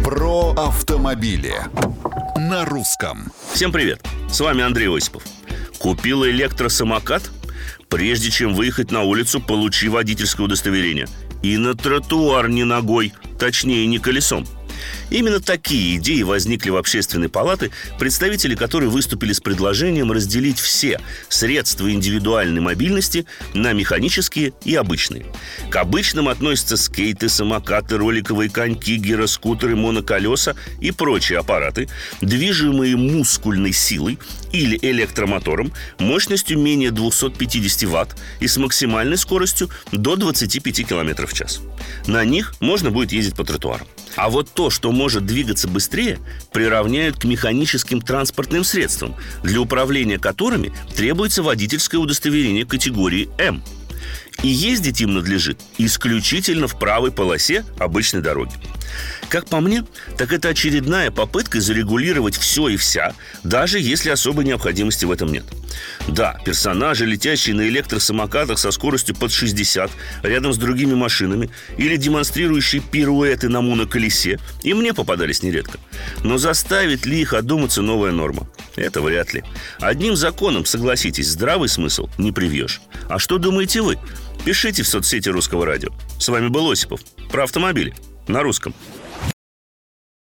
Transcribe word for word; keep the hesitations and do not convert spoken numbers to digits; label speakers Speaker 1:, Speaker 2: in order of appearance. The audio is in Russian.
Speaker 1: Про автомобили на русском.
Speaker 2: Всем привет, с вами Андрей Осипов. Купил электросамокат? Прежде чем выехать на улицу, получи водительское удостоверение. И на тротуар не ногой, точнее не колесом. Именно такие идеи возникли в Общественной палате, представители которой выступили с предложением разделить все средства индивидуальной мобильности на механические и обычные. К обычным относятся скейты, самокаты, роликовые коньки, гироскутеры, моноколеса и прочие аппараты, движимые мускульной силой или электромотором мощностью менее двести пятьдесят ватт и с максимальной скоростью до двадцать пять километров в час. На них можно будет ездить по тротуарам. А вот то, что может двигаться быстрее, приравняют к механическим транспортным средствам, для управления которыми требуется водительское удостоверение категории М. И ездить им надлежит исключительно в правой полосе обычной дороги. Как по мне, так это очередная попытка зарегулировать все и вся, даже если особой необходимости в этом нет. Да, персонажи, летящие на электросамокатах со скоростью под шестьдесят рядом с другими машинами или демонстрирующие пируэты на моноколесе, и мне попадались нередко. Но заставит ли их одуматься новая норма? Это вряд ли. Одним законом, согласитесь, здравый смысл не привьешь. А что думаете вы? Пишите в соцсети Русского радио. С вами был Осипов. Про автомобили на русском.